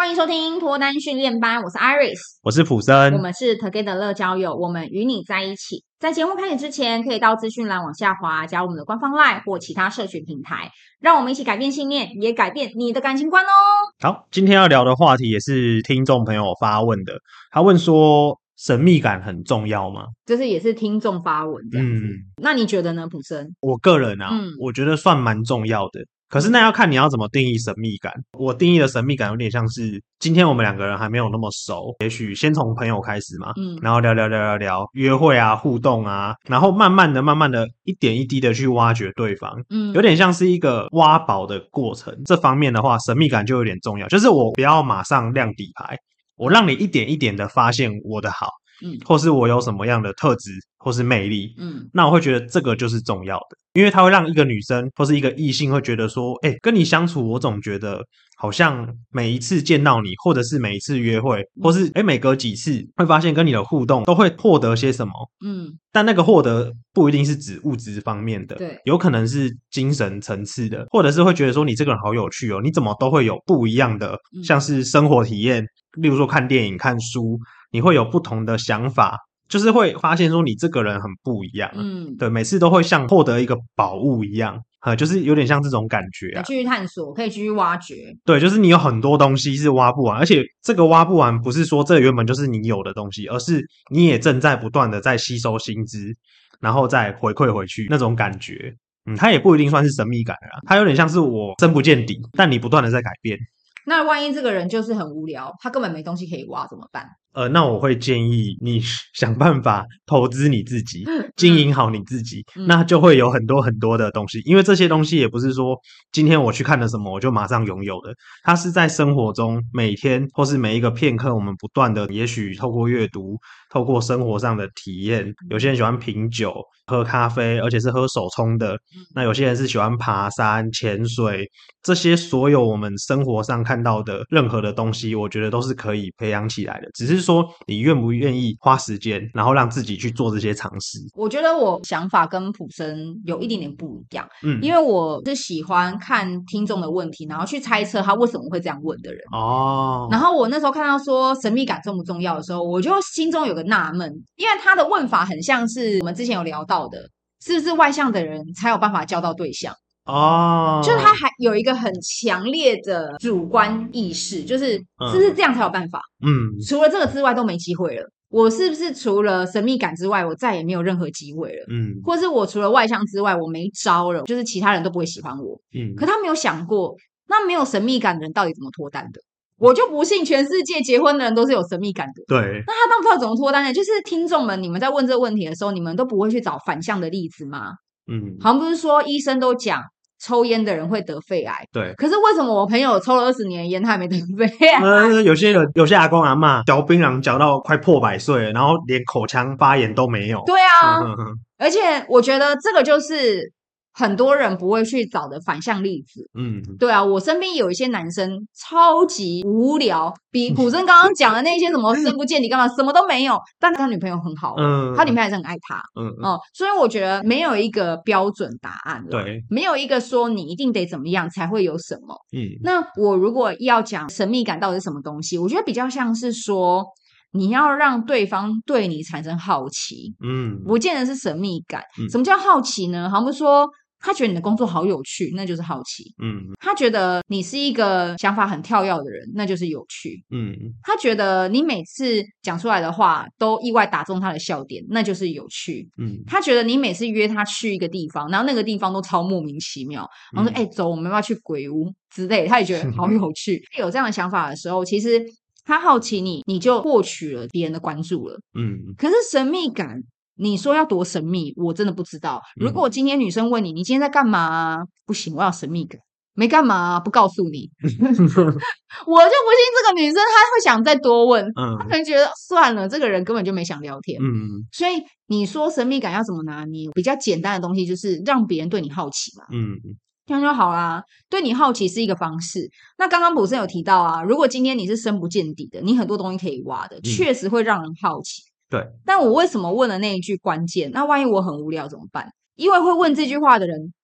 迎收听脱单训练班，我是 Iris， 我是普森， 我们是 Together 乐交友，我们与你在一起。在节目开始之前，可以到资讯栏往下滑，加入我们的官方 LINE 或其他社群平台，让我们一起改变信念，也改变你的感情观哦。 好，今天要聊的话题也是听众朋友发问的，他问说神秘感很重要吗？ 就是也是听众发文这样子。那你觉得呢，普森？ 我个人我觉得算蛮重要的。可是那要看你要怎么定义神秘感。我定义的神秘感有点像是今天我们两个人还没有那么熟，也许先从朋友开始嘛，然后聊，约会啊，互动啊，然后慢慢的一点一滴的去挖掘对方，有点像是一个挖宝的过程。这方面的话，神秘感就有点重要，就是我不要马上亮底牌，我让你一点一点的发现我的好，或是我有什么样的特质或是魅力，那我会觉得这个就是重要的，因为它会让一个女生或是一个异性会觉得说，跟你相处，我总觉得好像每一次见到你，或者是每一次约会，或是每隔几次会发现跟你的互动都会获得些什么，但那个获得不一定是指物质方面的， 对， 有可能是精神层次的，或者是会觉得说你这个人好有趣哦，你怎么都会有不一样的，像是生活体验，例如说看电影、看书，你会有不同的想法，就是会发现说你这个人很不一样，对，每次都会像获得一个宝物一样，就是有点像这种感觉啊。 继续探索，可以继续挖掘。 对，就是你有很多东西是挖不完，而且这个挖不完不是说这原本就是你有的东西，而是你也正在不断的在吸收新知，然后再回馈回去那种感觉。它也不一定算是神秘感啦，它有点像是我深不见底，但你不断的在改变。 那万一这个人就是很无聊，他根本没东西可以挖怎么办？ 那我会建议你想办法投资你自己，经营好你自己，那就会有很多很多的东西，因为这些东西也不是说今天我去看了什么我就马上拥有的，它是在生活中每天或是每一个片刻，我们不断的，也许透过阅读，透过生活上的体验，有些人喜欢品酒、喝咖啡，而且是喝手冲的，那有些人是喜欢爬山、潜水，这些所有我们生活上看到的任何的东西，我觉得都是可以培养起来的，只是说你愿不愿意花时间，然后让自己去做这些尝试。 我觉得我想法跟普森有一点点不一样，因为我是喜欢看听众的问题，然后去猜测他为什么会这样问的人。然后我那时候看到说神秘感重不重要的时候，我就心中有个纳闷，因为他的问法很像是我们之前有聊到的，是不是外向的人才有办法交到对象？就是他还有一个很强烈的主观意识，就是是不是这样才有办法？除了这个之外都没机会了。我是不是除了神秘感之外，我再也没有任何机会了？或是我除了外向之外，我没招了，就是其他人都不会喜欢我。可他没有想过，那没有神秘感的人到底怎么脱单的？我就不信全世界结婚的人都是有神秘感的。 对， 那他当初要怎么脱单呢？就是听众们，你们在问这个问题的时候，你们都不会去找反向的例子吗？好像不是说医生都讲抽烟的人会得肺癌， 对。 可是为什么我朋友抽了20年烟，他还没得肺癌？ 有些阿公阿嬷嚼槟榔嚼到快破100岁了，然后连口腔发炎都没有。 对啊，而且我觉得这个就是很多人不会去找的反向例子。对啊，我身边有一些男生超级无聊，比普森刚刚讲的那些什么深不见底干嘛什么都没有，但他女朋友很好，他女朋友还是很爱他。所以我觉得没有一个标准答案了，对，没有一个说你一定得怎么样才会有什么。那我如果要讲神秘感到底是什么东西，我觉得比较像是说你要让对方对你产生好奇，不见得是神秘感。什么叫好奇呢？好像不是说他觉得你的工作好有趣，那就是好奇。他觉得你是一个想法很跳跃的人，那就是有趣。他觉得你每次讲出来的话都意外打中他的笑点，那就是有趣。他觉得你每次约他去一个地方，然后那个地方都超莫名其妙，然后说走，我们要不要去鬼屋之类的，他也觉得好有趣。有这样的想法的时候，其实他好奇你，你就获取了别人的关注了。可是神秘感，你说要多神秘，我真的不知道。如果今天女生问你，你今天在干嘛？不行，我要神秘感。没干嘛，不告诉你。我就不信这个女生她会想再多问，她可能觉得算了，这个人根本就没想聊天。所以你说神秘感要怎么拿捏？比较简单的东西就是让别人对你好奇嘛。这样就好啦，对你好奇是一个方式。那刚刚普森有提到啊，如果今天你是深不见底的，你很多东西可以挖的，确实会让人好奇。 对， 但我为什么问了那一句关键？那万一我很无聊怎么办？因为会问这句话的人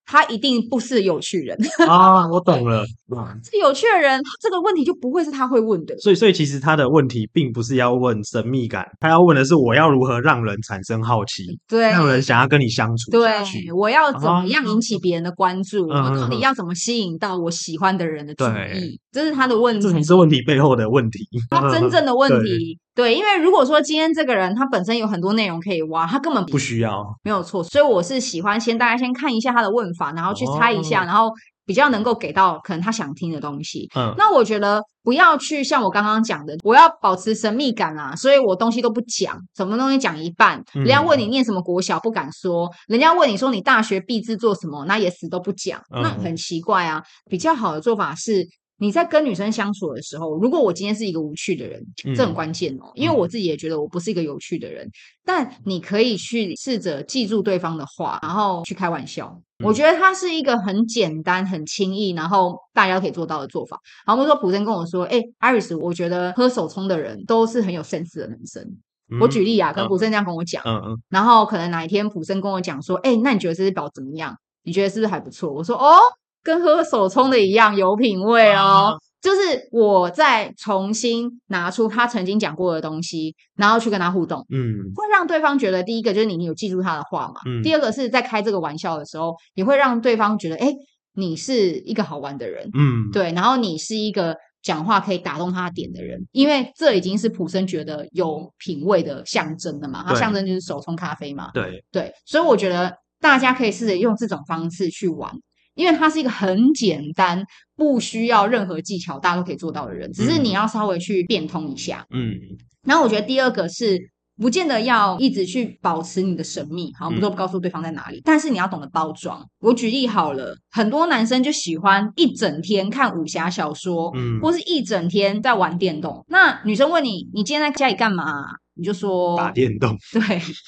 他一定不是有趣人啊，我懂了。 这有趣的人，这个问题就不会是他会问的。 所以其实他的问题并不是要问神秘感，他要问的是我要如何让人产生好奇， 对， 让人想要跟你相处下去。 对，我要怎么样引起别人的关注？我到底要怎么吸引到我喜欢的人的注意？这是他的问题， 这才是问题背后的问题， 他真正的问题。对，因为如果说今天这个人他本身有很多内容可以挖，他根本不需要， 没有错。所以我是喜欢大家先看一下他的问法，然后去猜一下，然后比较能够给到可能他想听的东西。那我觉得不要去像我刚刚讲的，我要保持神秘感啊，所以我东西都不讲，什么东西讲一半，人家问你念什么国小不敢说，人家问你说你大学毕制做什么，那也死都不讲，那很奇怪啊。比较好的做法是，你在跟女生相处的时候，如果我今天是一个无趣的人，这很关键哦，因为我自己也觉得我不是一个有趣的人，但你可以去试着记住对方的话，然后去开玩笑。我觉得它是一个很简单、很轻易，然后大家都可以做到的做法。好，我们说普森跟我说，Iris，我觉得喝手冲的人都是很有 sense 的男生。我举例啊，可能普森这样跟我讲，然后可能哪一天普森跟我讲说，那你觉得这支表怎么样？你觉得是不是还不错？我说跟喝手冲的一样有品味哦。就是我再重新拿出他曾经讲过的东西，然后去跟他互动，会让对方觉得第一个就是你有记住他的话嘛，第二个是在开这个玩笑的时候，也会让对方觉得你是一个好玩的人，对，然后你是一个讲话可以打动他点的人，因为这已经是普森觉得有品味的象征了嘛，他象征就是手冲咖啡嘛，对，所以我觉得大家可以试着用这种方式去玩。因为它是一个很简单，不需要任何技巧，大家都可以做到的人，只是你要稍微去变通一下。然后我觉得第二个是，不见得要一直去保持你的神秘，好，我们都不告诉对方在哪里，但是你要懂得包装。我举例好了，很多男生就喜欢一整天看武侠小说，或是一整天在玩电动。那女生问你，你今天在家里干嘛？你就说打电动。 对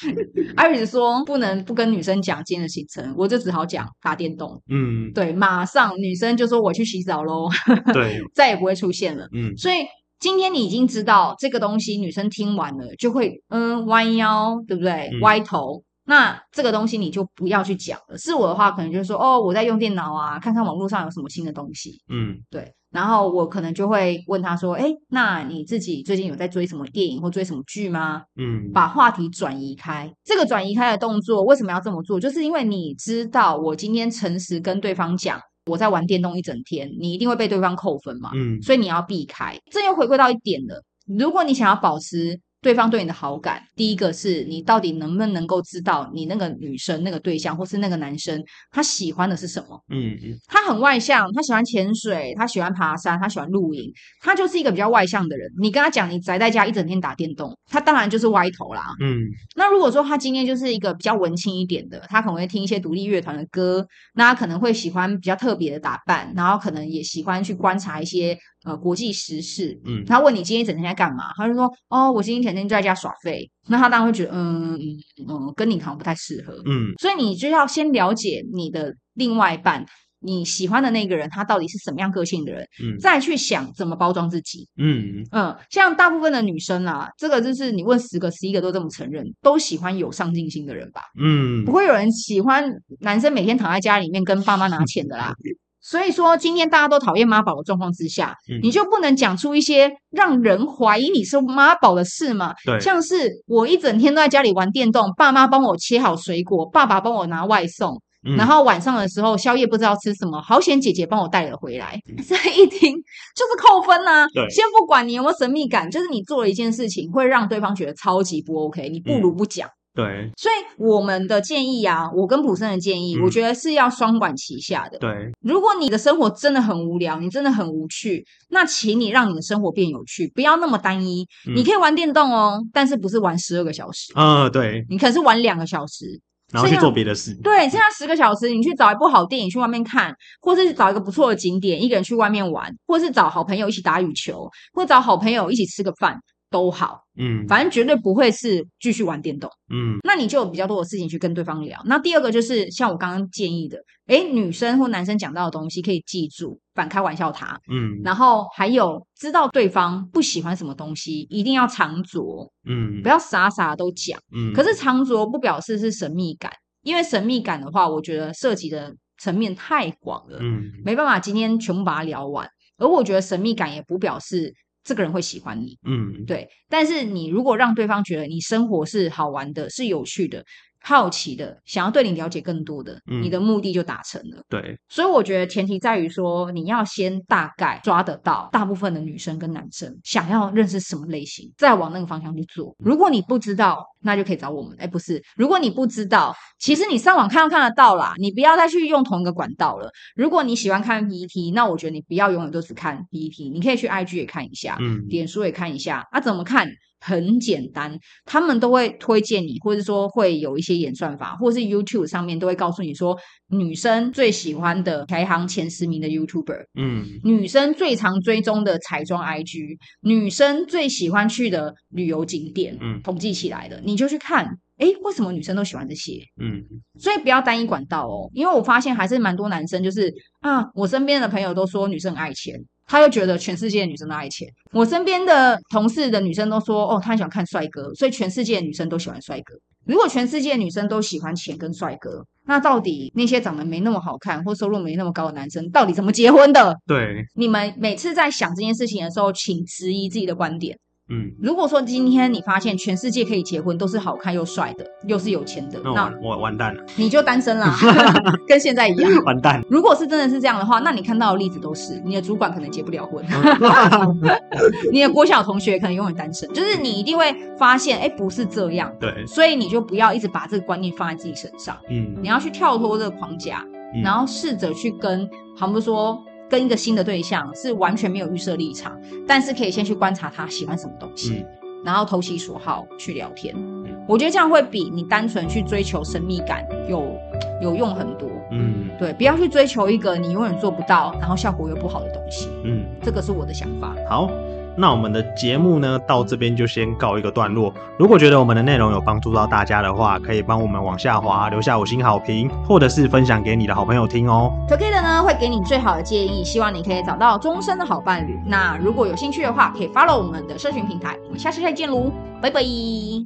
，Iris 说不能不跟女生讲今天的行程，我就只好讲打电动。对，马上女生就说我去洗澡咯，对，再也不会出现了。所以今天你已经知道这个东西，女生听完了就会弯腰，对不对？歪头。那这个东西你就不要去讲了。是我的话，可能就是说我在用电脑啊，看看网络上有什么新的东西。对。然后我可能就会问他说那你自己最近有在追什么电影或追什么剧吗？把话题转移开。这个转移开的动作为什么要这么做？就是因为你知道我今天诚实跟对方讲我在玩电动一整天，你一定会被对方扣分嘛，所以你要避开。这又回归到一点了，如果你想要保持对方对你的好感，第一个是你到底能不能够知道你那个女生那个对象或是那个男生他喜欢的是什么。他很外向，他喜欢潜水，他喜欢爬山，他喜欢露营，他就是一个比较外向的人。你跟他讲你宅在家一整天打电动，他当然就是歪头啦。那如果说他今天就是一个比较文青一点的，他可能会听一些独立乐团的歌，那他可能会喜欢比较特别的打扮，然后可能也喜欢去观察一些国际时事。他问你今天一整天在干嘛，他就说我今天一整天就在家耍废。那他当然会觉得跟你好像不太适合。所以你就要先了解你的另外一半，你喜欢的那个人他到底是什么样个性的人，再去想怎么包装自己。像大部分的女生啊，这个就是你问10个11个都这么承认，都喜欢有上进心的人吧。不会有人喜欢男生每天躺在家里面跟爸妈拿钱的啦。所以说今天大家都讨厌妈宝的状况之下，你就不能讲出一些让人怀疑你是妈宝的事嘛？对，像是我一整天都在家里玩电动，爸妈帮我切好水果，爸爸帮我拿外送，然后晚上的时候宵夜不知道吃什么，好险姐姐帮我带了回来。这一听就是扣分啊。先不管你有没有神秘感，就是你做了一件事情会让对方觉得超级不 OK， 你不如不讲。对，所以我们的建议啊，我跟普森的建议，我觉得是要双管齐下的。对，如果你的生活真的很无聊，你真的很无趣，那请你让你的生活变有趣，不要那么单一。你可以玩电动哦，但是不是玩12个小时？对，你可能是玩2个小时，然后去做别的事。对，剩下10个小时，你去找一部好电影去外面看，或是找一个不错的景点，一个人去外面玩，或是找好朋友一起打羽球，或找好朋友一起吃个饭。都好，反正绝对不会是继续玩电动，那你就有比较多的事情去跟对方聊。那第二个就是像我刚刚建议的，女生或男生讲到的东西可以记住，反开玩笑他，然后还有知道对方不喜欢什么东西，一定要藏拙，不要傻傻都讲，可是藏拙不表示是神秘感，因为神秘感的话，我觉得涉及的层面太广了，没办法今天全部把它聊完。而我觉得神秘感也不表示这个人会喜欢你，对。但是你如果让对方觉得你生活是好玩的，是有趣的，好奇的，想要对你了解更多的，你的目的就达成了。 对， 所以我觉得前提在于说，你要先大概抓得到大部分的女生跟男生想要认识什么类型，再往那个方向去做。如果你不知道，那就可以找我们。不是，如果你不知道，其实你上网看得到啦，你不要再去用同一个管道了。如果你喜欢看 PTT， 那我觉得你不要永远都只看 PTT， 你可以去 IG 也看一下，脸书也看一下。怎么看？很简单，他们都会推荐你，或者说会有一些演算法，或是 YouTube 上面都会告诉你说女生最喜欢的排行前10名的 YouTuber，女生最常追踪的彩妆 IG， 女生最喜欢去的旅游景点，统计起来的，你就去看为什么女生都喜欢这些？所以不要单一管道哦，因为我发现还是蛮多男生就是我身边的朋友都说女生很爱钱，他就觉得全世界的女生都爱钱。我身边的同事的女生都说她很喜欢看帅哥，所以全世界的女生都喜欢帅哥。如果全世界的女生都喜欢钱跟帅哥，那到底那些长得没那么好看或收入没那么高的男生到底怎么结婚的？ 对， 你们每次在想这件事情的时候，请质疑自己的观点。如果说今天你发现全世界可以结婚都是好看又帅的，又是有钱的，那我完蛋了， 你就单身啦跟现在一样完蛋。 如果是真的是这样的话，那你看到的例子都是你的主管可能结不了婚你的国小同学可能永远单身，就是你一定会发现不是这样。 对， 所以你就不要一直把这个观念放在自己身上，你要去跳脱这个框架，然后试着去跟比如说跟一个新的对象是完全没有预设立场，但是可以先去观察他喜欢什么东西，然后投其所好去聊天。我觉得这样会比你单纯去追求神秘感有用很多。对，不要去追求一个你永远做不到，然后效果又不好的东西。这个是我的想法。 好，那我们的节目呢到这边就先告一个段落。如果觉得我们的内容有帮助到大家的话，可以帮我们往下滑留下5星好评，或者是分享给你的好朋友听哦。 Together 的呢会给你最好的建议，希望你可以找到终身的好伴侣。那如果有兴趣的话，可以 follow 我们的社群平台。我们下次再见喽，拜拜。